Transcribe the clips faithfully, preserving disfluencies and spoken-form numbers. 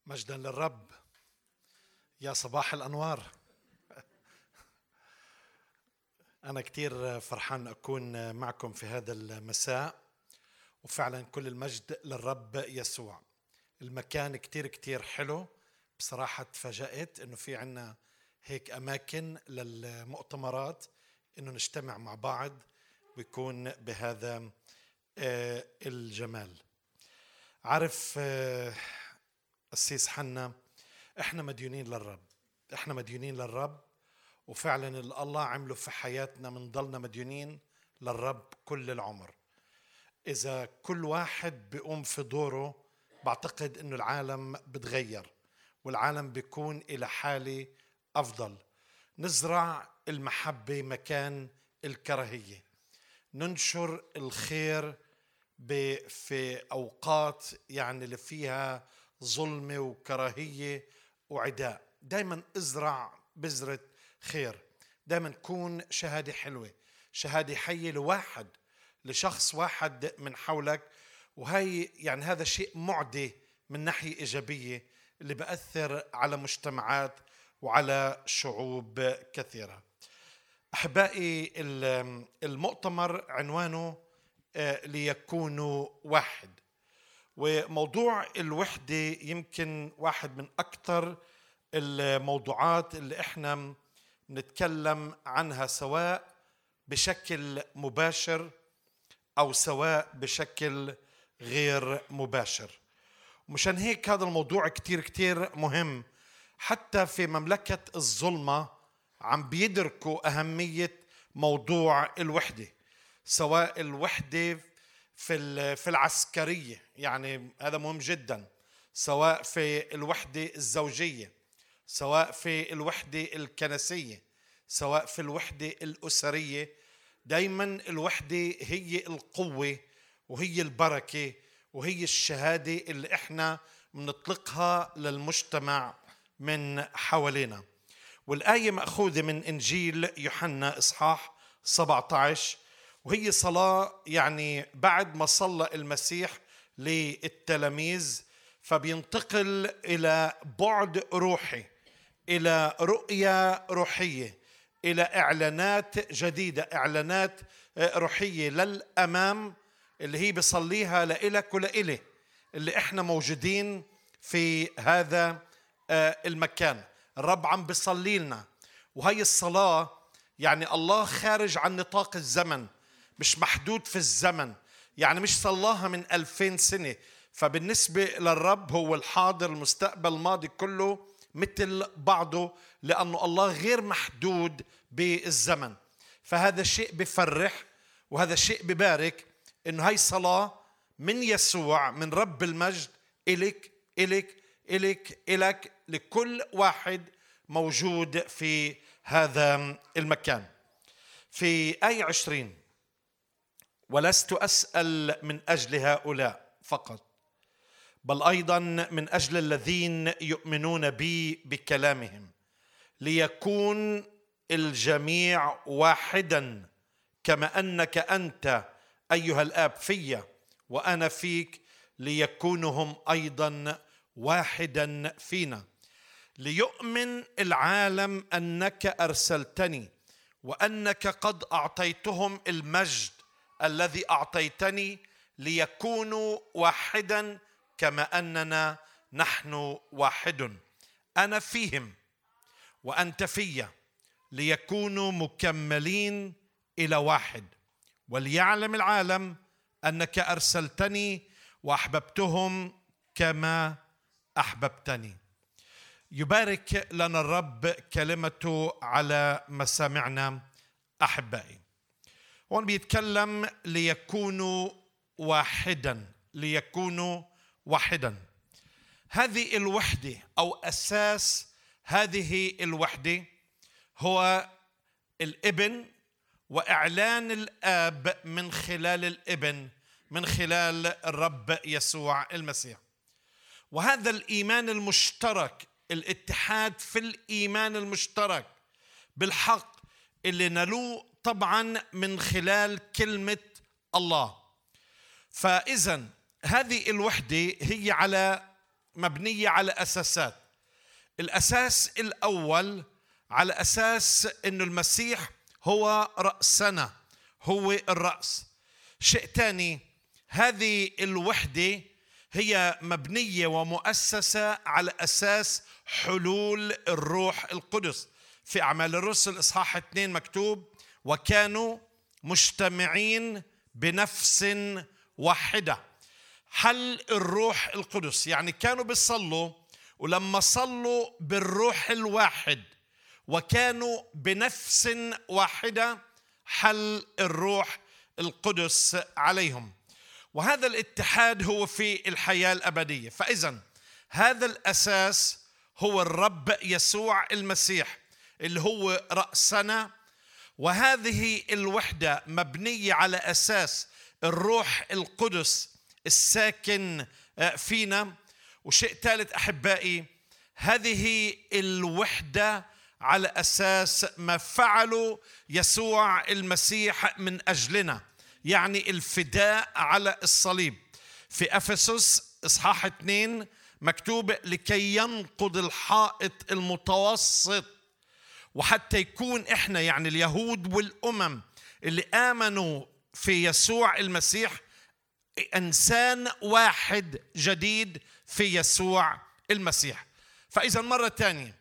مجدا للرب. يا صباح الأنوار. أنا كتير فرحان أكون معكم في هذا المساء، وفعلا كل المجد للرب يسوع. المكان كتير كتير حلو بصراحة. تفاجأت إنه في عنا هيك أماكن للمؤتمرات إنه نجتمع مع بعض ويكون بهذا الجمال. عارف السيس حنا، إحنا مديونين للرب، إحنا مديونين للرب، وفعلا اللي الله عمله في حياتنا منضلنا مديونين للرب كل العمر. إذا كل واحد بيقوم في دوره بعتقد إنه العالم بتغير والعالم بيكون إلى حالة أفضل. نزرع المحبة مكان الكراهية، ننشر الخير في أوقات يعني اللي فيها ظلمة وكراهية وعداء. دايما ازرع بذرة خير، دايما كون شهادة حلوة، شهادة حية لواحد، لشخص واحد من حولك. وهي يعني هذا شيء معدي من ناحية إيجابية اللي بأثر على مجتمعات وعلى شعوب كثيرة. أحبائي، المؤتمر عنوانه ليكونوا واحد، وموضوع الوحدة يمكن واحد من أكثر الموضوعات اللي إحنا نتكلم عنها، سواء بشكل مباشر أو سواء بشكل غير مباشر. ومشان هيك هذا الموضوع كتير كتير مهم. حتى في مملكة الظلمة عم بيدركوا أهمية موضوع الوحدة، سواء الوحدة في في العسكرية، يعني هذا مهم جدا، سواء في الوحدة الزوجية، سواء في الوحدة الكنسية، سواء في الوحدة الأسرية. دايما الوحدة هي القوة وهي البركة وهي الشهادة اللي احنا بنطلقها للمجتمع من حوالينا. والآية مأخوذة من إنجيل يوحنا إصحاح سبعة عشر، وهي صلاة يعني بعد ما صلى المسيح للتلاميذ فبينتقل إلى بعد روحي، إلى رؤية روحية، إلى إعلانات جديدة، إعلانات روحية للأمام اللي هي بيصليها لإلك ولإلي اللي إحنا موجودين في هذا المكان. الرب عم بيصلي لنا، وهي الصلاة يعني الله خارج عن نطاق الزمن، مش محدود في الزمن، يعني مش صلاها من ألفين سنة. فبالنسبة للرب هو الحاضر المستقبل الماضي كله مثل بعضه، لأنه الله غير محدود بالزمن. فهذا شيء بفرح وهذا شيء ببارك، إنه هاي صلاة من يسوع، من رب المجد، إلك إلك إلك إلك لكل واحد موجود في هذا المكان. في آية عشرين: ولست أسأل من أجل هؤلاء فقط، بل أيضا من أجل الذين يؤمنون بي بكلامهم، ليكون الجميع واحدا كما أنك أنت أيها الآب في وأنا فيك، ليكونوا هم أيضا واحدا فينا، ليؤمن العالم أنك أرسلتني وأنك قد أعطيتهم المجد الذي أعطيتني، ليكونوا واحدا كما أننا نحن واحد، أنا فيهم وأنت في، ليكونوا مكملين إلى واحد، وليعلم العالم أنك أرسلتني وأحببتهم كما أحببتني. يبارك لنا الرب كلمته على مسامعنا. أحبائي، هون بيتكلم ليكونوا واحدا، ليكونوا واحدا. هذه الوحدة أو أساس هذه الوحدة هو الابن، وإعلان الآب من خلال الابن، من خلال الرب يسوع المسيح. وهذا الإيمان المشترك، الاتحاد في الإيمان المشترك بالحق اللي نلوه طبعا من خلال كلمة الله. فإذن هذه الوحدة هي على مبنية على أساسات. الأساس الأول على أساس أن المسيح هو رأسنا، هو الرأس. شيء تاني، هذه الوحدة هي مبنية ومؤسسة على أساس حلول الروح القدس. في أعمال الرسل إصحاح اثنين مكتوب: وكانوا مجتمعين بنفس واحدة. حل الروح القدس، يعني كانوا بيصلوا، ولما صلوا بالروح الواحد وكانوا بنفس واحدة حل الروح القدس عليهم. وهذا الاتحاد هو في الحياة الأبدية. فإذا هذا الأساس هو الرب يسوع المسيح اللي هو رأسنا، وهذه الوحدة مبنية على أساس الروح القدس الساكن فينا. وشيء ثالث أحبائي، هذه الوحدة على أساس ما فعله يسوع المسيح من أجلنا، يعني الفداء على الصليب. في أفسس إصحاح اثنين مكتوب: لكي ينقض الحائط المتوسط، وحتى يكون إحنا يعني اليهود والأمم اللي آمنوا في يسوع المسيح إنسان واحد جديد في يسوع المسيح. فإذا مرة تانية،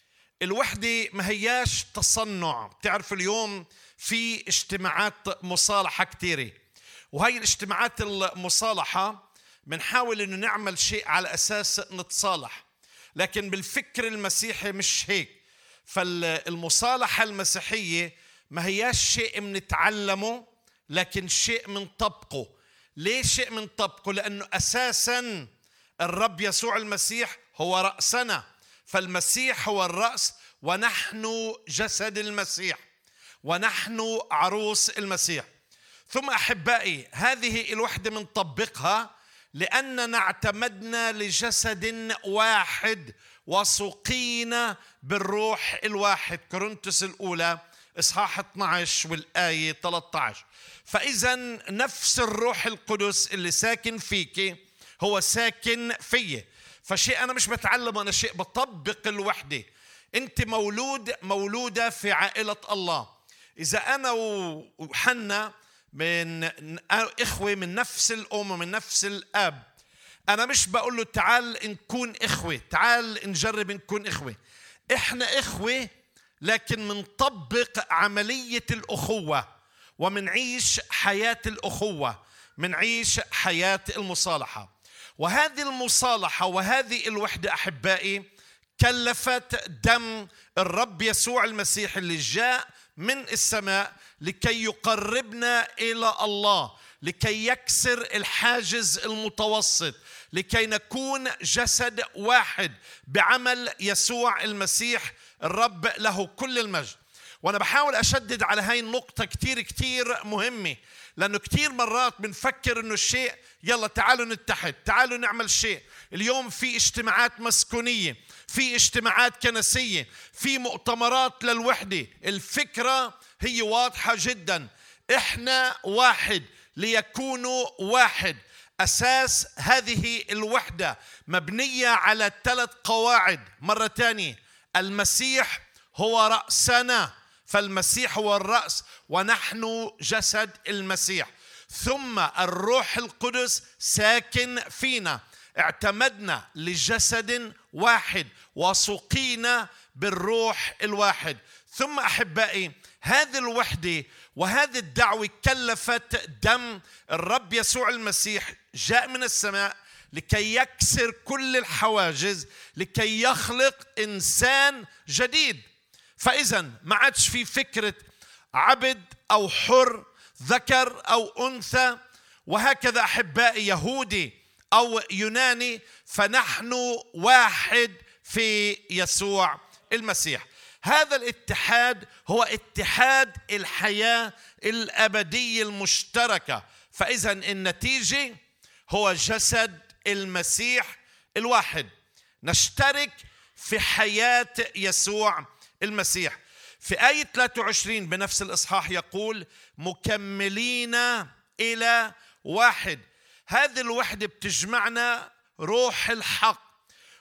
الوحدة ما هياش تصنع. بتعرف اليوم في اجتماعات مصالحة كتيرة، وهي الاجتماعات المصالحة بنحاول إنه نعمل شيء على أساس نتصالح، لكن بالفكر المسيحي مش هيك. فالمصالحة المسيحية ما هياش شيء منتعلمه، لكن شيء منطبقه. ليه شيء منطبقه؟ لأنه أساساً الرب يسوع المسيح هو رأسنا، فالمسيح هو الرأس ونحن جسد المسيح ونحن عروس المسيح. ثم أحبائي، هذه الوحدة منطبقها لأننا اعتمدنا لجسد واحد وسقينا بالروح الواحد. كورنثوس الأولى إصحاح اثني عشر والآية ثلاثة عشر. فإذا نفس الروح القدس اللي ساكن فيك هو ساكن فيه. فشيء أنا مش بتعلم، أنا شيء بطبق الوحدة. أنت مولود مولودة في عائلة الله. إذا أنا وحنا من إخوة من نفس الأم ومن نفس الأب، أنا مش بقول له تعال نكون إخوة، تعال نجرب نكون إخوة. إحنا إخوة، لكن منطبق عملية الأخوة ومنعيش حياة الأخوة، منعيش حياة المصالحة. وهذه المصالحة وهذه الوحدة أحبائي كلفت دم الرب يسوع المسيح اللي جاء من السماء لكي يقربنا إلى الله، لكي يكسر الحاجز المتوسط، لكي نكون جسد واحد بعمل يسوع المسيح الرب له كل المجد. وأنا بحاول أشدد على هاي النقطة كتير كتير مهمة، لأنه كتير مرات بنفكر إنه الشيء يلا تعالوا نتحد، تعالوا نعمل شيء. اليوم في اجتماعات مسكونية، في اجتماعات كنسية، في مؤتمرات للوحدة. الفكرة هي واضحة جدا، إحنا واحد ليكونوا واحد. أساس هذه الوحدة مبنية على ثلاث قواعد. مرة تانية، المسيح هو رأسنا، فالمسيح هو الرأس ونحن جسد المسيح. ثم الروح القدس ساكن فينا، اعتمدنا لجسد واحد وسقينا بالروح الواحد. ثم أحبائي، هذه الوحدة وهذه الدعوة كلفت دم الرب يسوع المسيح جاء من السماء لكي يكسر كل الحواجز، لكي يخلق إنسان جديد. فإذا ما عادش في فكرة عبد أو حر، ذكر أو أنثى، وهكذا أحبائي، يهودي أو يوناني، فنحن واحد في يسوع المسيح. هذا الاتحاد هو اتحاد الحياة الأبدية المشتركة. فإذا النتيجة هو جسد المسيح الواحد، نشترك في حياة يسوع المسيح. في آية ثلاثة وعشرين بنفس الإصحاح يقول: مكملين إلى واحد. هذه الوحدة بتجمعنا روح الحق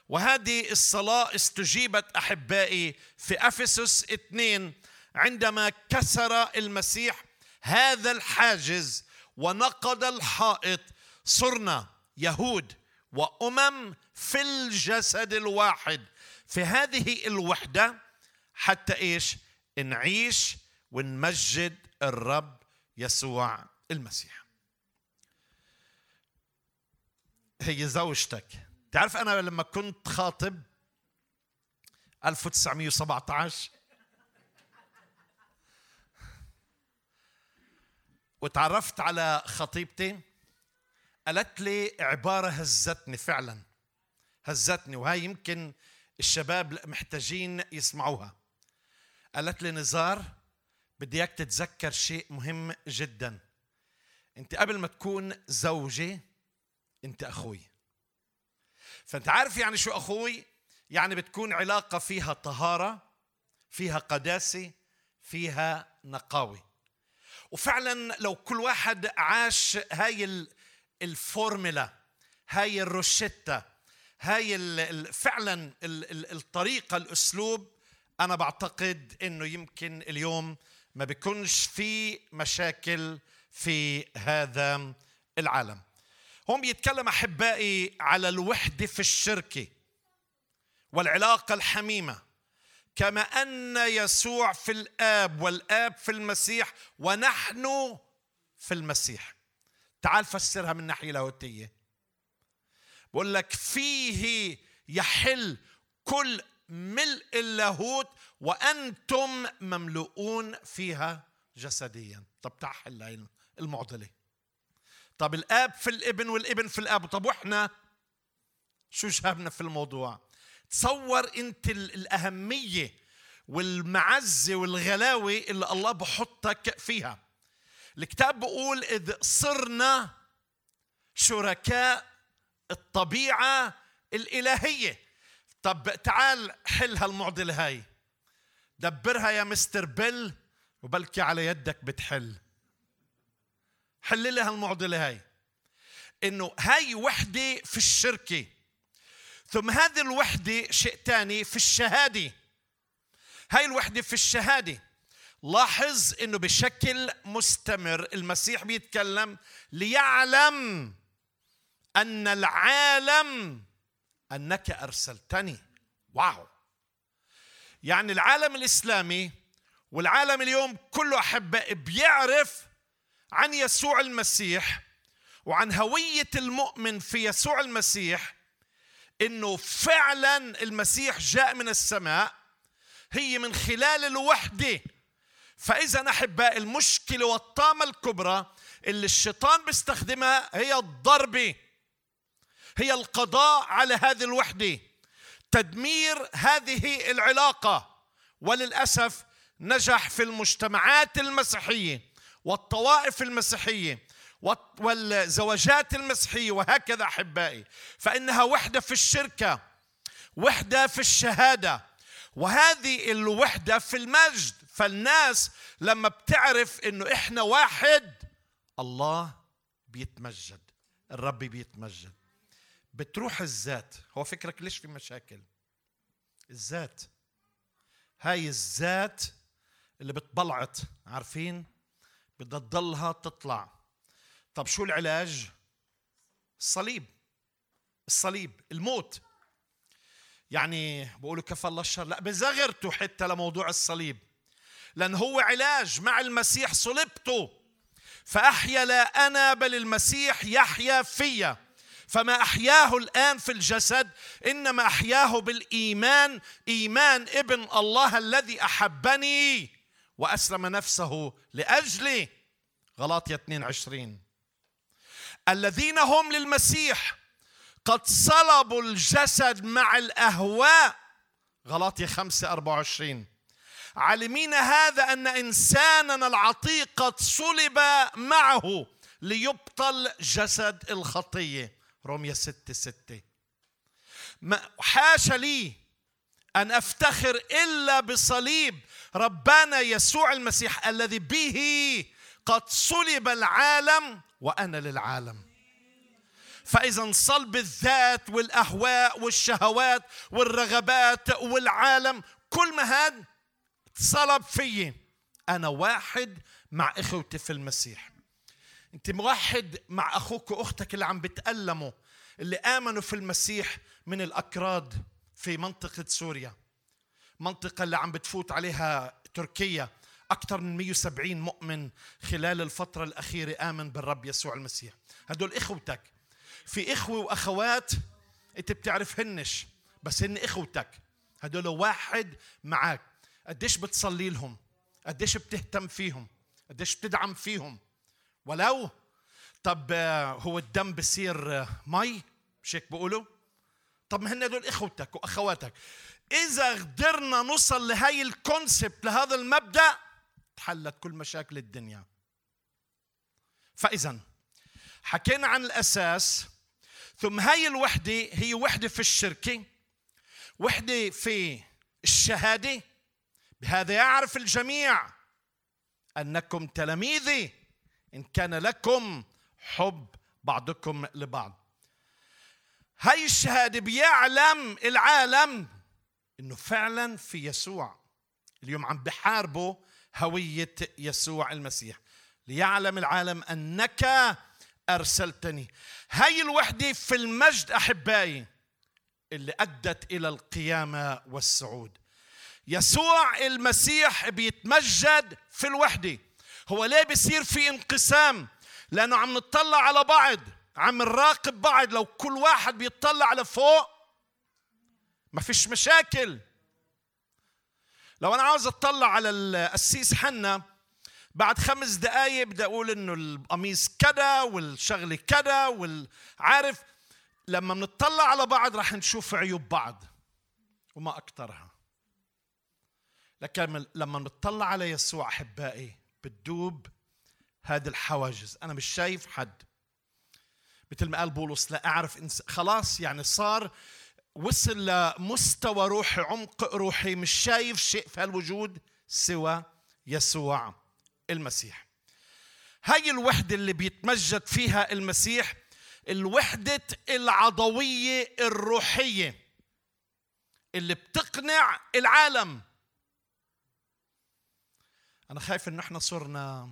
وهذه الصلاة استجيبت أحبائي في أفسس اثنين عندما كسر المسيح هذا الحاجز ونقض الحائط، صرنا يهود وأمم في الجسد الواحد، في هذه الوحدة، حتى إيش؟ نعيش ونمجد الرب يسوع المسيح. هي زوجتك. تعرف أنا لما كنت خاطب ألف وتسعمائة وسبعة عشر وتعرفت على خطيبتي، قالت لي عبارة هزتني فعلا، هزتني، وهي يمكن الشباب محتاجين يسمعوها. قالت لي نزار، بدي اياك تتذكر شيء مهم جدا، انت قبل ما تكون زوجي انت اخوي. فانت عارف يعني شو اخوي؟ يعني بتكون علاقة فيها طهارة، فيها قداسة، فيها نقاوة. وفعلا لو كل واحد عاش هاي الفورمولا، هاي الروشتة، هاي فعلا الطريقة، الأسلوب، أنا بعتقد أنه يمكن اليوم ما بيكونش في مشاكل في هذا العالم. هم يتكلم أحبائي على الوحدة في الشركة والعلاقة الحميمة، كما أن يسوع في الآب والآب في المسيح ونحن في المسيح. تعال فسرها من ناحية لاهوتية. بقول لك فيه يحل كل ملء اللاهوت وأنتم مملؤون فيها جسديا. طب تعال هاي المعضلة. طب الآب في الابن والابن في الآب، طب وإحنا شو جابنا في الموضوع؟ تصور أنت الأهمية والمعزة والغلاوة اللي الله بحطك فيها. الكتاب بيقول إذ صرنا شركاء الطبيعة الإلهية. طب تعال حل هالمعضلة هاي، دبرها يا مستر بيل، وبلكي على يدك بتحل. حل لها المعضلة هاي، إنه هاي وحدة في الشركة، ثم هذه الوحدة شيء تاني في الشهادة. هاي الوحدة في الشهادة، لاحظ إنه بشكل مستمر المسيح بيتكلم ليعلم أن العالم أنك أرسلتني. واو! يعني العالم الإسلامي والعالم اليوم كله أحبائي بيعرف عن يسوع المسيح وعن هوية المؤمن في يسوع المسيح، إنه فعلا المسيح جاء من السماء، هي من خلال الوحدة. فإذا أحبائي المشكلة والطامة الكبرى اللي الشيطان بيستخدمها هي الضربة، هي القضاء على هذه الوحدة، تدمير هذه العلاقة. وللأسف نجح في المجتمعات المسيحية والطوائف المسيحية والزواجات المسيحية وهكذا أحبائي، فإنها وحدة في الشركة، وحدة في الشهادة، وهذه الوحدة في المجد. فالناس لما بتعرف إنه إحنا واحد، الله بيتمجد، الرب بيتمجد. بتروح الذات. هو فكرك ليش في مشاكل؟ الذات، هاي الذات اللي بتبلعط، عارفين؟ بدها تضلها تطلع. طب شو العلاج؟ الصليب، الصليب، الموت. يعني بقولوا كفى الله الشر، لا بزغرته حتى لموضوع الصليب، لأن هو علاج. مع المسيح صلبته فأحيا لا أنا بل المسيح يحيا فيا. فما أحياه الآن في الجسد إنما أحياه بالإيمان، إيمان ابن الله الذي أحبني وأسلم نفسه لأجلي. غلاطية اثنين وعشرين. الذين هم للمسيح قد صلبوا الجسد مع الأهواء. غلاطية خمسة أربعة وعشرين. عالمين هذا أن إنساننا العتيق قد صلب معه ليبطل جسد الخطية. رومية ستة ستة. حاشا لي أن أفتخر إلا بصليب ربنا يسوع المسيح الذي به قد صلب العالم وأنا للعالم. فإذا صلب الذات والأهواء والشهوات والرغبات والعالم كل ما هذا صلب فيي. أنا واحد مع إخوتي في المسيح. أنت موحد مع أخوك وأختك اللي عم بتألموا، اللي آمنوا في المسيح من الأكراد في منطقة سوريا، منطقة اللي عم بتفوت عليها تركيا. أكثر من مئة وسبعين مؤمن خلال الفترة الأخيرة آمن بالرب يسوع المسيح. هدول إخوتك. في إخوة وأخوات أنت بتعرفهنش بس هن إخوتك، هدول واحد معك. قديش بتصلي لهم، قديش بتهتم فيهم، قديش بتدعم فيهم. ولو طب هو الدم بصير مي، مش هيك بقولوا؟ طب ما هن دول إخوتك وأخواتك. إذا قدرنا نوصل لهاي الكونسبت، لهذا المبدأ، تحلت كل مشاكل الدنيا. فإذا حكينا عن الأساس، ثم هاي الوحدة هي وحدة في الشركة، وحدة في الشهادة. بهذا يعرف الجميع أنكم تلاميذي إن كان لكم حب بعضكم لبعض. هاي الشهادة بيعلم العالم إنه فعلا في يسوع. اليوم عم بحاربوا هوية يسوع المسيح. ليعلم العالم أنك أرسلتني. هاي الوحدة في المجد أحبائي اللي أدت إلى القيامة والصعود. يسوع المسيح بيتمجد في الوحدة. هو ليه بيصير في انقسام؟ لأنه عم نطلع على بعض، عم نراقب بعض. لو كل واحد بيطلع على فوق ما فيش مشاكل. لو أنا عاوز أطلع على القسيس حنا، بعد خمس دقايق بدي أقول إنه القميص كذا والشغلة كذا والعارف. لما منطلع على بعض رح نشوف عيوب بعض وما أكترها. لكن لما نطلع على يسوع أحبائي بتدوب هذه الحواجز. أنا مش شايف حد، مثل ما قال بولس لا أعرف إنس... خلاص يعني صار وصل لمستوى روحي، عمق روحي، مش شايف شيء في هالوجود سوى يسوع المسيح. هاي الوحدة اللي بيتمجد فيها المسيح، الوحدة العضوية الروحية اللي بتقنع العالم. أنا خايف إن احنا صرنا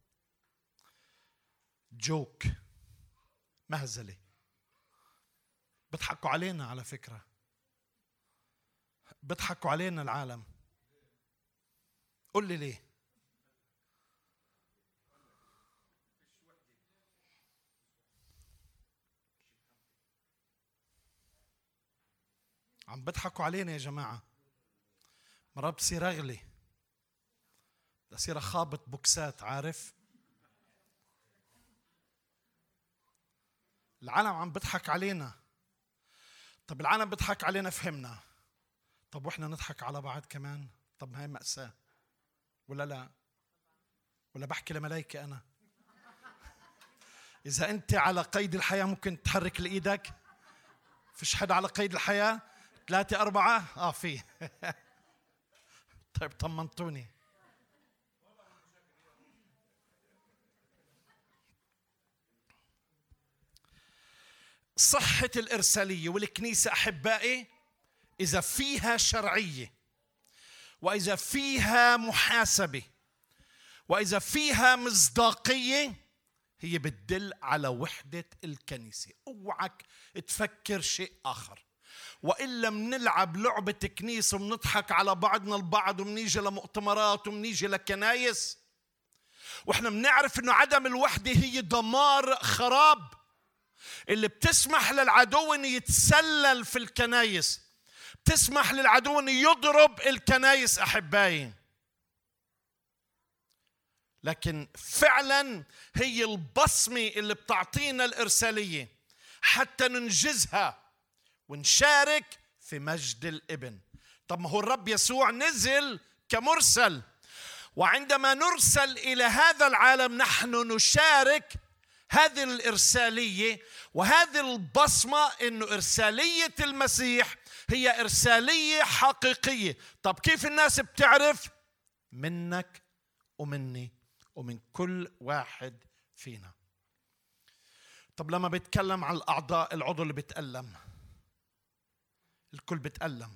جوك، مهزلة. بضحكوا علينا على فكرة، بضحكوا علينا العالم. قل لي ليه؟ عم بضحكوا علينا يا جماعة. مرات بصير أغلي، بصير أخابط بوكسات، عارف؟ العالم عم بضحك علينا. طب العالم بضحك علينا، فهمنا. طب وإحنا نضحك على بعض كمان؟ طب هاي مأساة ولا لا؟ ولا بحكي لملايكة أنا؟ إذا أنت على قيد الحياة ممكن تحرك لإيدك. فيش حدا على قيد الحياة؟ ثلاثة أربعة؟ آه في. طيب طمنتوني. صحة الإرسالية والكنيسة أحبائي إذا فيها شرعية، وإذا فيها محاسبة، وإذا فيها مصداقية، هي بتدل على وحدة الكنيسة. اوعك تفكر شيء آخر. وإلا منلعب لعبة كنيسة ومنضحك على بعضنا البعض، ومنيجي لمؤتمرات ومنيجي لكنايس وإحنا منعرف إنه عدم الوحدة هي دمار، خراب، اللي بتسمح للعدو أن يتسلل في الكنايس، بتسمح للعدو أن يضرب الكنايس أحبائي. لكن فعلا هي البصمة اللي بتعطينا الإرسالية حتى ننجزها ونشارك في مجد الابن. طب ما هو الرب يسوع نزل كمرسل، وعندما نرسل إلى هذا العالم نحن نشارك هذه الإرسالية وهذه البصمة، إنه إرسالية المسيح هي إرسالية حقيقية. طب كيف الناس بتعرف؟ منك ومني ومن كل واحد فينا. طب لما بيتكلم عن الأعضاء، العضو اللي بيتألم، الكل بيتألم.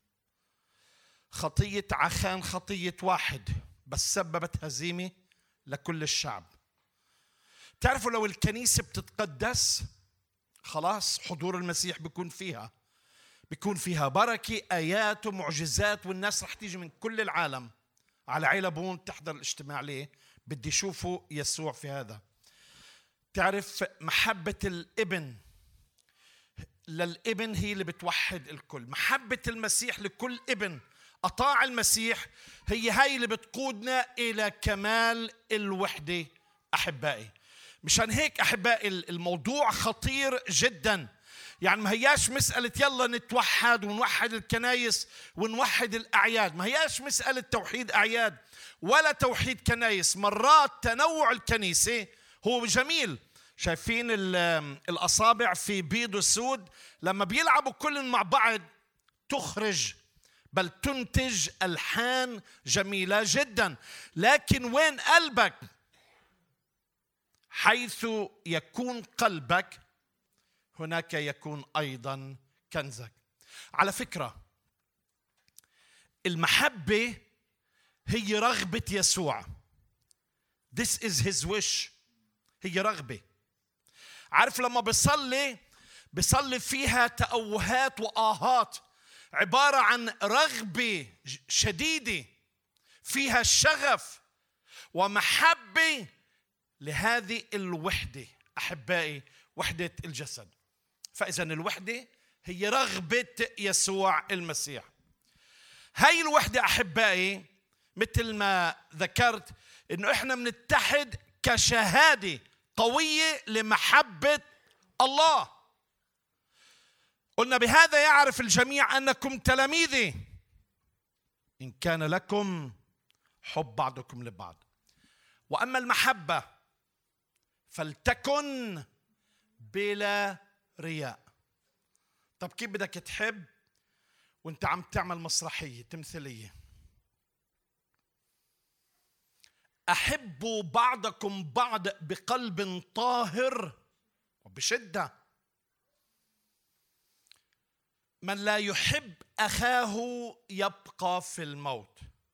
خطية عخان خطية واحد بس سببت هزيمة لكل الشعب. تعرفوا لو الكنيسة بتتقدس خلاص حضور المسيح بيكون فيها، بيكون فيها بركة، آيات ومعجزات، والناس رح تيجي من كل العالم على عيلبون تحضر الاجتماع. ليه؟ بدي يشوفوا يسوع في هذا. تعرف محبة الابن للابن هي اللي بتوحد الكل. محبة المسيح لكل ابن أطاع المسيح هي هاي اللي بتقودنا إلى كمال الوحدة. أحبائي، مشان هيك أحبائي الموضوع خطير جدا. يعني ما هياش مسألة يلا نتوحد ونوحد الكنايس ونوحد الأعياد، ما هياش مسألة توحيد أعياد ولا توحيد كنايس. مرات تنوع الكنيسة هو جميل. شايفين الأصابع في بيض وسود لما بيلعبوا كل مع بعض تخرج بل تنتج ألحان جميلة جدا. لكن وين قلبك؟ حيث يكون قلبك هناك يكون أيضا كنزك. على فكرة المحبة هي رغبة يسوع. This is his wish. هي رغبة. عارف لما بيصلي بيصلي فيها تأوهات وآهات، عبارة عن رغبة شديدة فيها الشغف ومحبة لهذه الوحدة. أحبائي، وحدة الجسد. فإذا الوحدة هي رغبة يسوع المسيح. هاي الوحدة أحبائي مثل ما ذكرت إنه إحنا بنتحد كشهادة قوية لمحبة الله. قلنا بهذا يعرف الجميع أنكم تلاميذي إن كان لكم حب بعضكم لبعض. وأما المحبة فلتكن بلا رياء. طب كيف بدك تحب وانت عم تعمل مسرحية تمثيلية؟ أحبوا بعضكم بعض بقلب طاهر وبشدة. من لا يحب أخاه يبقى في الموت.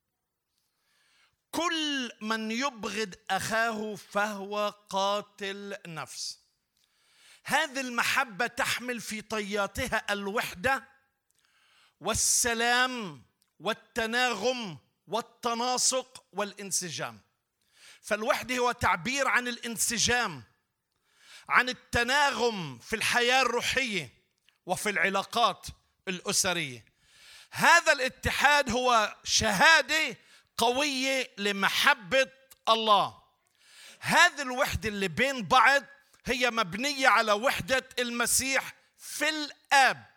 كل من يبغض أخاه فهو قاتل نفس. هذه المحبة تحمل في طياتها الوحدة والسلام والتناغم والتناسق والانسجام. فالوحدة هو تعبير عن الانسجام، عن التناغم في الحياة الروحية وفي العلاقات الأسرية. هذا الاتحاد هو شهادة قوية لمحبة الله. هذه الوحدة اللي بين بعض هي مبنية على وحدة المسيح في الآب.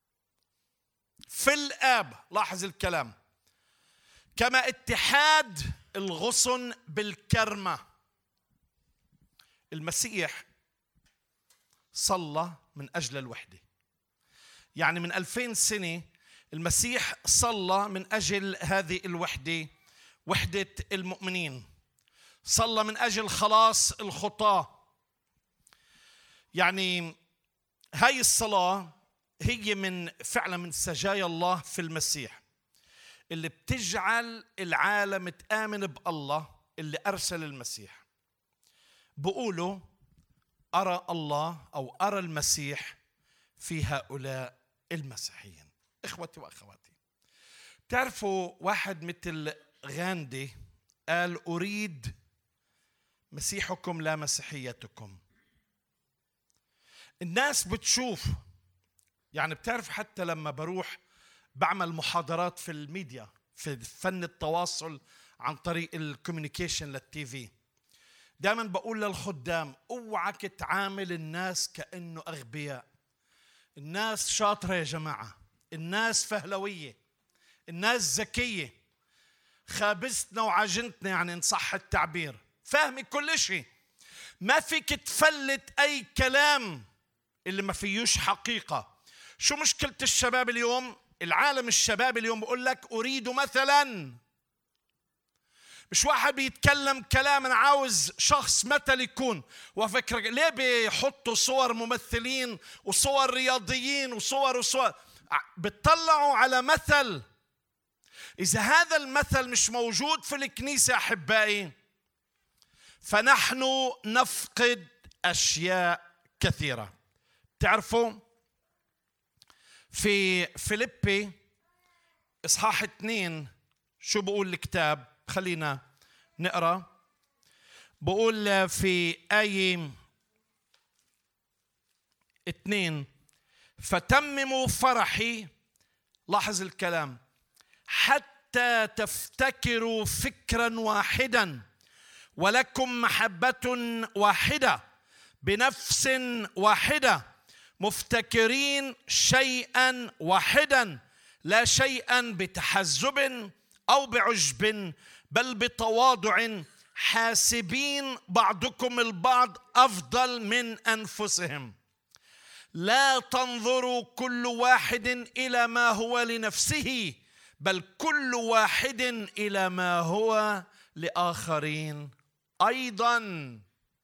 في الآب، لاحظ الكلام، كما اتحاد الغصن بالكرمة. المسيح صلى من أجل الوحدة. يعني من ألفين سنة المسيح صلى من أجل هذه الوحدة، وحدة المؤمنين. صلى من أجل خلاص الخطاة. يعني هاي الصلاة هي من فعلا من سجايا الله في المسيح اللي بتجعل العالم تآمن بالله اللي أرسل المسيح. بقولوا أرى الله أو أرى المسيح في هؤلاء المسيحيين. إخوتي وأخواتي، تعرفوا واحد مثل غاندي قال أريد مسيحكم لا مسيحيتكم. الناس بتشوف، يعني بتعرف حتى لما بروح بعمل محاضرات في الميديا في فن التواصل عن طريق الكوميونيكيشن للتي في، دائما بقول للخدام اوعك تعامل الناس كأنه أغبياء. الناس شاطرة يا جماعة، الناس فهلوية، الناس ذكية، خابزتنا وعجنتنا يعني إن صح التعبير، فاهمة كل شيء. ما فيك تفلت أي كلام اللي ما فيهوش حقيقة. شو مشكلة الشباب اليوم؟ العالم الشباب اليوم بقول لك أريد مثلا، مش واحد بيتكلم كلام أنا عاوز شخص مثل يكون. وفكرة ليه بيحطوا صور ممثلين وصور رياضيين وصور وصور؟ بتطلعوا على مثل. إذا هذا المثل مش موجود في الكنيسة أحبائي فنحن نفقد أشياء كثيرة. تعرفوا في فيليبي إصحاح اثنين شو بقول الكتاب؟ خلينا نقرأ. بقول في آية اثنين فتمموا فرحي، لاحظ الكلام، حتى تفتكروا فكرا واحدا ولكم محبة واحدة بنفس واحدة مفتكرين شيئا واحدا لا شيئا بتحزب أو بعجب بل بتواضع حاسبين بعضكم البعض أفضل من أنفسهم. لا تنظروا كل واحد إلى ما هو لنفسه بل كل واحد إلى ما هو لآخرين أيضا.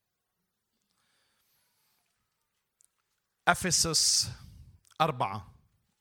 أفسس أربعة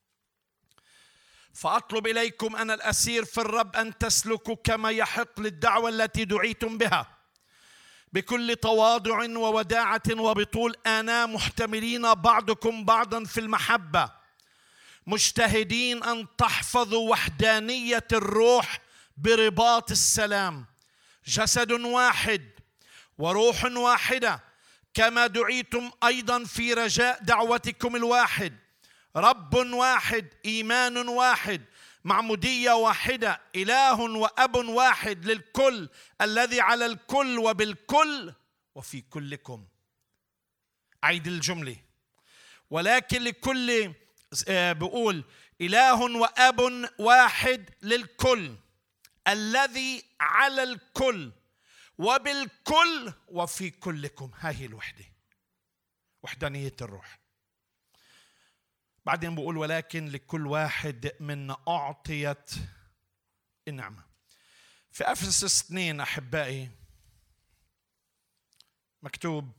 فأطلب إليكم أنا الأسير في الرب أن تسلكوا كما يحق للدعوة التي دعيتم بها بكل تواضع ووداعة وبطول آناة محتملين بعضكم بعضا في المحبة مجتهدين أن تحفظوا وحدانية الروح برباط السلام جسد واحد وروح واحدة كما دعيتم أيضا في رجاء دعوتكم الواحد رب واحد إيمان واحد معمودية واحدة إله وأب واحد للكل الذي على الكل وبالكل وفي كلكم. أعيد الجملة. ولكن لكل بقول إله وأب واحد للكل الذي على الكل وبالكل وفي كلكم. هذه الوحدة، وحدانية الروح. بعدين بقول ولكن لكل واحد منا أعطيت النعمة. في أفسس اثنين أحبائي مكتوب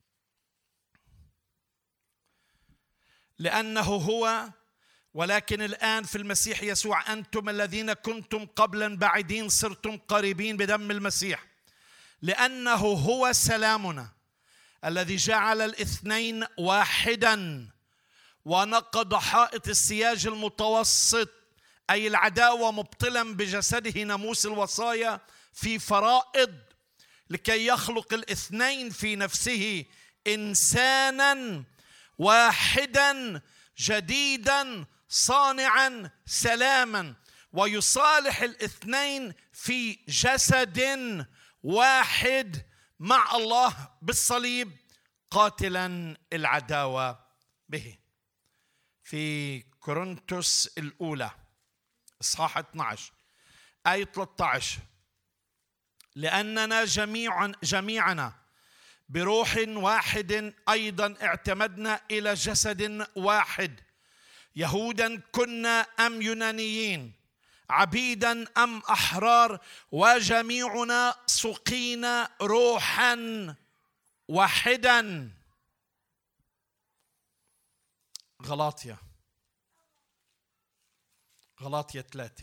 لأنه هو ولكن الآن في المسيح يسوع أنتم الذين كنتم قبلا بعيدين صرتم قريبين بدم المسيح لأنه هو سلامنا الذي جعل الاثنين واحدا ونقض حائط السياج المتوسط أي العداوة مبطلا بجسده ناموس الوصايا في فرائض لكي يخلق الاثنين في نفسه إنسانا واحدا جديدا صانعا سلاما ويصالح الاثنين في جسد واحد مع الله بالصليب قاتلا العداوة به. في كورنثوس الأولى إصحاح اثني عشر آية ثلاثة عشر لأننا جميعا جميعنا بروح واحد أيضا اعتمدنا إلى جسد واحد يهودا كنا أم يونانيين عبيدا أم أحرار وجميعنا سقينا روحا واحدا. غلاطيا غلاطيا ثلاثة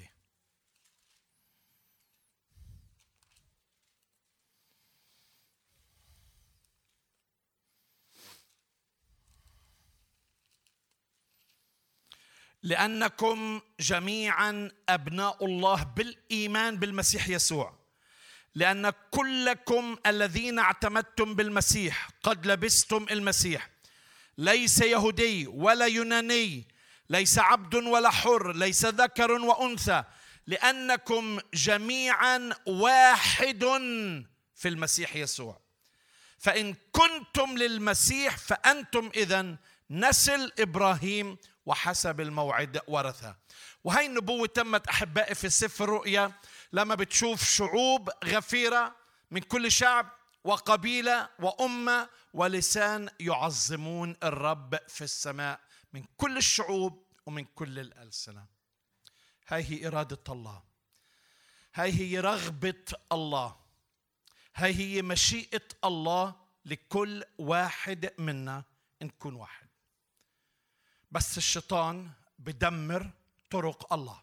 لأنكم جميعا أبناء الله بالإيمان بالمسيح يسوع لأن كلكم الذين اعتمدتم بالمسيح قد لبستم المسيح ليس يهودي ولا يوناني ليس عبد ولا حر ليس ذكر وأنثى لأنكم جميعا واحد في المسيح يسوع فإن كنتم للمسيح فأنتم إذن نسل إبراهيم وحسب الموعد ورثة. وهي النبوة تمت أحبائي في سفر الرؤيا لما بتشوف شعوب غفيرة من كل شعب وقبيلة وأمة ولسان يعظمون الرب في السماء من كل الشعوب ومن كل الألسنة. هاي هي إرادة الله. هاي هي رغبة الله، هاي هي مشيئة الله لكل واحد منا نكون واحد. بس الشيطان بدمر طرق الله.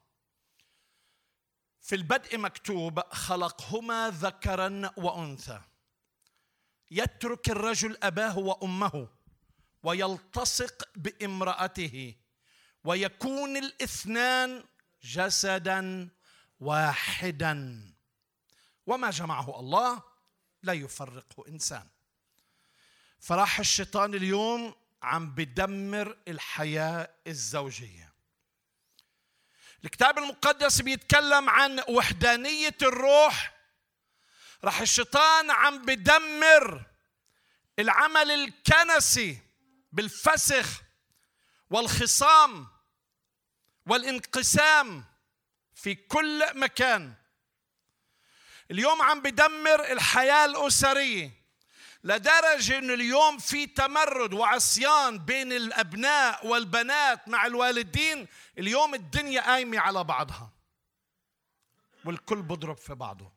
في البدء مكتوب خلقهما ذكرا وأنثى، يترك الرجل أباه وأمه ويلتصق بامرأته ويكون الاثنان جسدا واحدا، وما جمعه الله لا يفرقه إنسان. فراح الشيطان اليوم عم بدمر الحياة الزوجية. الكتاب المقدس بيتكلم عن وحدانية الروح، راح الشيطان عم بدمر العمل الكنسي بالفسخ والخصام والانقسام في كل مكان. اليوم عم بدمر الحياة الأسرية لدرجة أن اليوم في تمرد وعصيان بين الأبناء والبنات مع الوالدين. اليوم الدنيا قايمة على بعضها والكل بضرب في بعضه.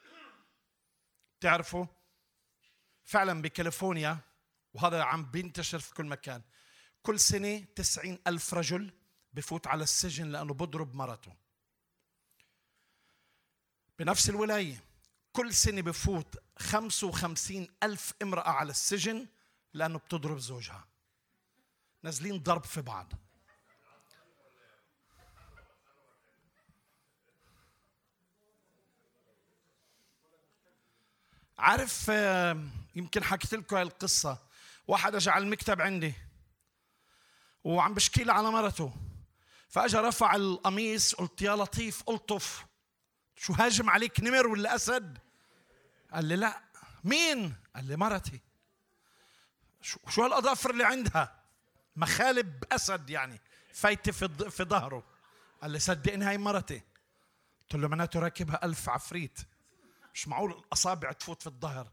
تعرفوا فعلا بكاليفورنيا، وهذا عم بينتشر في كل مكان، كل سنة تسعين ألف رجل بفوت على السجن لأنه بضرب مرته. بنفس الولاية كل سنة بفوت خمسة وخمسين ألف امرأة على السجن لأنه بتضرب زوجها. نازلين ضرب في بعض. عارف، يمكن حكيت لكم هاي القصة. واحد اجى على المكتب عندي وعم بشكي لي على مرته، فاجى رفع القميص، قلت يا لطيف الطف، شو هاجم عليك نمر ولا أسد؟ قال لي لا. مين؟ قال لي مرتي. شو شو هالأظافر اللي عندها؟ مخالب أسد يعني فايتة في في ظهره. قال لي صدقني هاي مرتي. قلت له معناته راكبها ألف عفريت، مش معقول الأصابع تفوت في الظهر.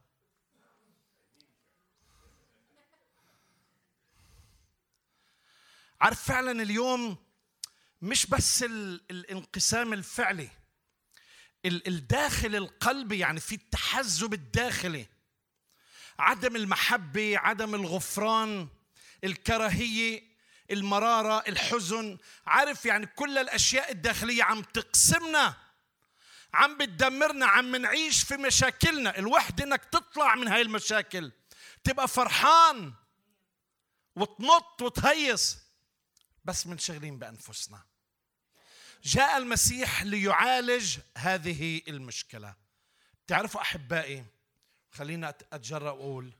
عارف فعلا اليوم مش بس الانقسام الفعلي، الداخل القلبي، يعني في التحزب الداخلي، عدم المحبة، عدم الغفران، الكراهية، المرارة، الحزن. عارف يعني كل الأشياء الداخلية عم تقسمنا، عم بتدمرنا، عم نعيش في مشاكلنا. الوحدة انك تطلع من هاي المشاكل، تبقى فرحان وتنط وتهيص، بس منشغلين بأنفسنا. جاء المسيح ليعالج هذه المشكلة. تعرفوا أحبائي، خلينا أتجرأ وأقول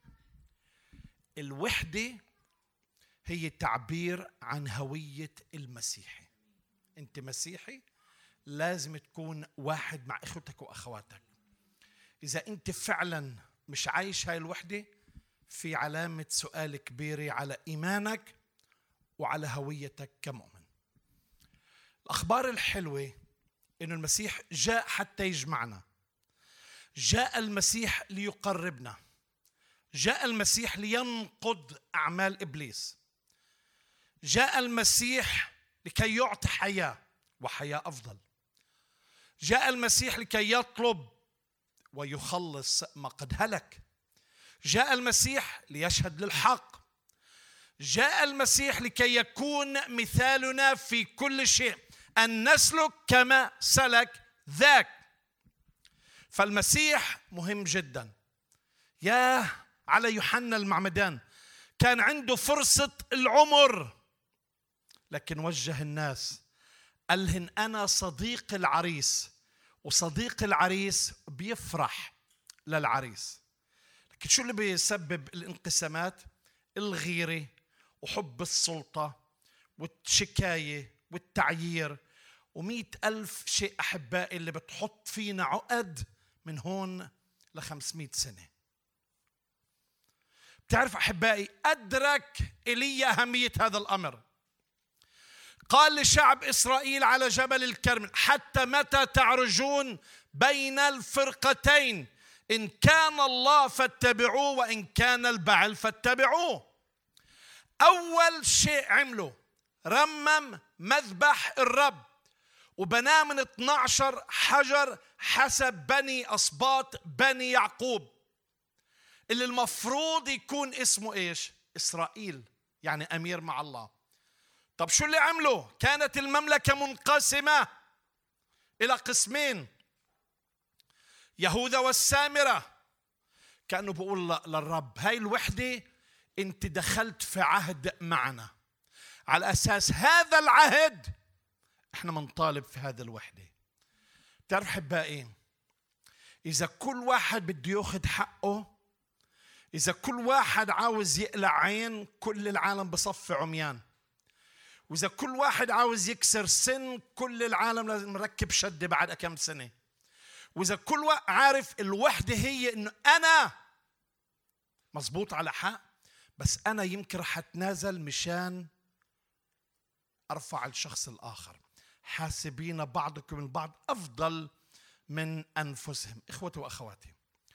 الوحدة هي تعبير عن هوية المسيحي. أنت مسيحي لازم تكون واحد مع إخوتك وأخواتك. إذا أنت فعلا مش عايش هاي الوحدة، في علامة سؤال كبيرة على إيمانك وعلى هويتك كمؤمن. الأخبار الحلوة إنه المسيح جاء حتى يجمعنا، جاء المسيح ليقربنا، جاء المسيح لينقض أعمال إبليس، جاء المسيح لكي يعطي حياة وحياة أفضل، جاء المسيح لكي يطلب ويخلص ما قد هلك، جاء المسيح ليشهد للحق، جاء المسيح لكي يكون مثالنا في كل شيء، أن نسلك كما سلك ذاك. فالمسيح مهم جدا. يا على يوحنا المعمدان، كان عنده فرصة العمر لكن وجه الناس، قالهن أنا صديق العريس، وصديق العريس بيفرح للعريس. لكن شو اللي بيسبب الانقسامات؟ الغيرة وحب السلطة والشكاية والتعيير ومئة ألف شيء أحبائي اللي بتحط فينا عقد من هون لخمسمائة سنة. بتعرف أحبائي، أدرك إيليا أهمية هذا الأمر. قال لشعب إسرائيل على جبل الكرمل: حتى متى تعرجون بين الفرقتين؟ إن كان الله فاتبعوه وإن كان البعل فاتبعوه. أول شيء عمله رمم مذبح الرب وبناه من اثني عشر حجر حسب بني أصباط بني يعقوب، اللي المفروض يكون اسمه إيش؟ إسرائيل، يعني أمير مع الله. طب شو اللي عمله؟ كانت المملكة منقسمة إلى قسمين، يهوذا والسامرة. كأنه بقول للرب هاي الوحدة أنت دخلت في عهد معنا، على أساس هذا العهد احنا منطالب في هذا الوحدة. بتعرف حبائي، إذا كل واحد بده ياخذ حقه، إذا كل واحد عاوز يقلع عين، كل العالم بصفي عميان. وإذا كل واحد عاوز يكسر سن، كل العالم لازم نركب شدة بعد كم سنة. وإذا كل واحد عارف الوحدة هي إنه أنا مزبوط على حق، بس أنا يمكن رح أتنازل مشان أرفع الشخص الآخر. حاسبين بعضكم البعض أفضل من أنفسهم. إخوتي وأخواتي،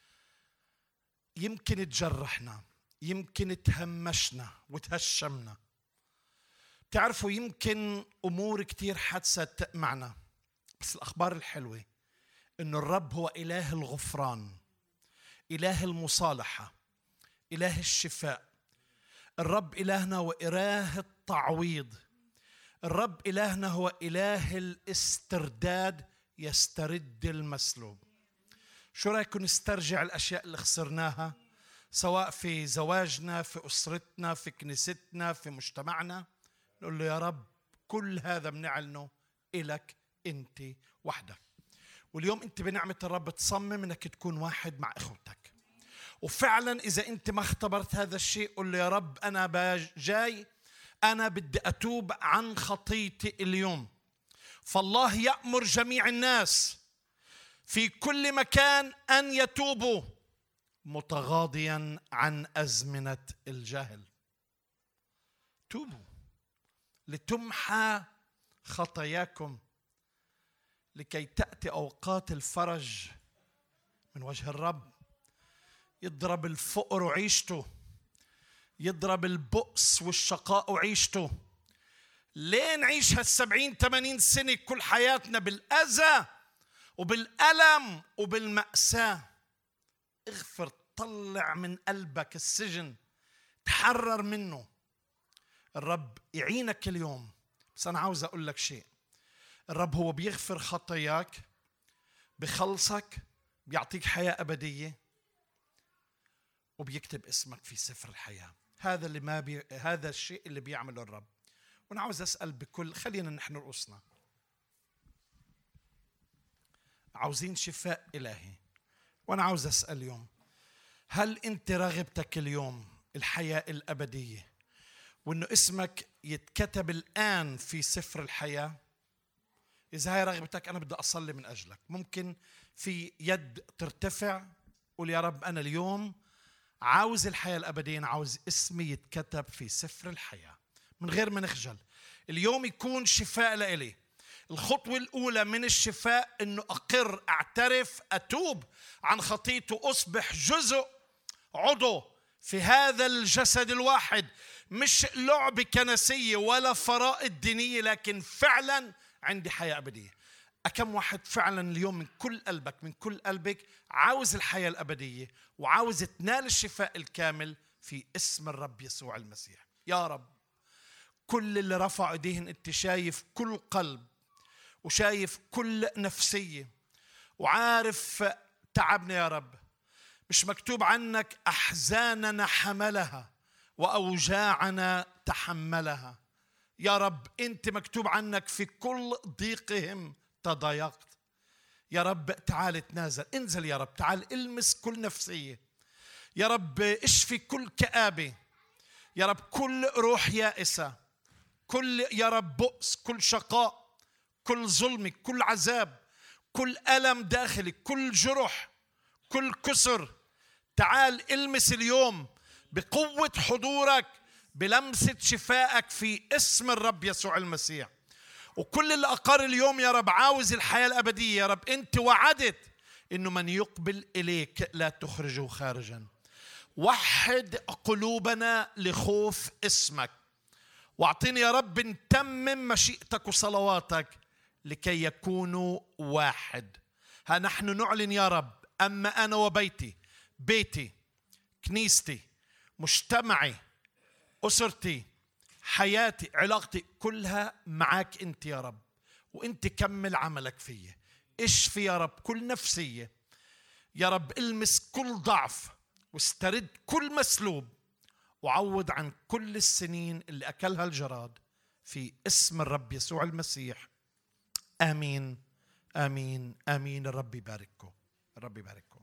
يمكن تجرحنا، يمكن تهمشنا وتهشمنا، تعرفوا يمكن أمور كتير حدثت معنا، بس الأخبار الحلوة إنه الرب هو إله الغفران، إله المصالحة، إله الشفاء. الرب إلهنا هو إله التعويض. الرب إلهنا هو إله الاسترداد، يسترد المسلوب. شو رأيكم نسترجع الأشياء اللي خسرناها، سواء في زواجنا، في أسرتنا، في كنيستنا، في مجتمعنا؟ نقول له يا رب كل هذا بنعلنه إلك أنت وحدك. واليوم أنت بنعمة الرب تصمم أنك تكون واحد مع إخوتك. وفعلا إذا أنت ما اختبرت هذا الشيء، قل له يا رب أنا جاي، أنا بدي أتوب عن خطيتي اليوم. فالله يأمر جميع الناس في كل مكان أن يتوبوا، متغاضيا عن أزمنة الجهل. توبوا لتمحى خطاياكم، لكي تأتي أوقات الفرج من وجه الرب. يضرب الفقر وعيشته، يضرب البؤس والشقاء وعيشته. ليه نعيش هالسبعين ثمانين سنة كل حياتنا بالأذى وبالألم وبالمأساة؟ اغفر، طلع من قلبك السجن، تحرر منه. الرب يعينك اليوم. بس أنا عاوز أقول لك شيء، الرب هو بيغفر خطاياك، بخلصك، بيعطيك حياة أبدية، وبيكتب اسمك في سفر الحياة. هذا اللي ما بي... هذا الشيء اللي بيعمله الرب. وأنا عاوز أسأل بكل، خلينا نحن رؤوسنا، عاوزين شفاء إلهي. وأنا عاوز أسأل اليوم، هل أنت رغبتك اليوم الحياة الأبدية، وإنه اسمك يتكتب الآن في سفر الحياة؟ إذا هاي رغبتك أنا بدي أصلي من أجلك. ممكن في يد ترتفع، قول يا رب أنا اليوم عاوز الحياة الأبدية، عاوز اسمي يتكتب في سفر الحياة، من غير ما نخجل. اليوم يكون شفاء لإلي. الخطوة الأولى من الشفاء إنه أقر، أعترف، أتوب عن خطيئتي، أصبح جزء، عضو في هذا الجسد الواحد. مش لعبة كنسية ولا فرائض دينية، لكن فعلا عندي حياة أبدية. أكم واحد فعلا اليوم من كل قلبك، من كل قلبك عاوز الحياة الأبدية وعاوز تنال الشفاء الكامل في اسم الرب يسوع المسيح؟ يا رب كل اللي رفع ايديهن، انت شايف كل قلب وشايف كل نفسية وعارف تعبنا يا رب. مش مكتوب عنك أحزاننا حملها وأوجاعنا تحملها؟ يا رب أنت مكتوب عنك في كل ضيقهم تضايقت. يا رب تعال تنازل، انزل يا رب، تعال المس كل نفسية يا رب، اشفي كل كآبة يا رب، كل روح يائسة، كل يا رب بؤس، كل شقاء، كل ظلم، كل عذاب، كل ألم داخلي، كل جرح، كل كسر. تعال المس اليوم بقوة حضورك، بلمسة شفائك في اسم الرب يسوع المسيح. وكل اللي أقر اليوم يا رب عاوز الحياة الأبدية، يا رب أنت وعدت إنه من يقبل إليك لا تخرجه خارجا. وحد قلوبنا لخوف اسمك، واعطيني يا رب نتمم مشيئتك وصلواتك لكي يكونوا واحد. ها نحن نعلن يا رب، أما أنا وبيتي، بيتي، كنيستي، مجتمعي، أسرتي، حياتي، علاقتي، كلها معك أنت يا رب. وأنت كمل عملك فيه. اشفي يا رب كل نفسية يا رب، المس كل ضعف واسترد كل مسلوب، وعوض عن كل السنين اللي أكلها الجراد، في اسم الرب يسوع المسيح. آمين آمين آمين. الرب يبارككم، الرب يبارككم.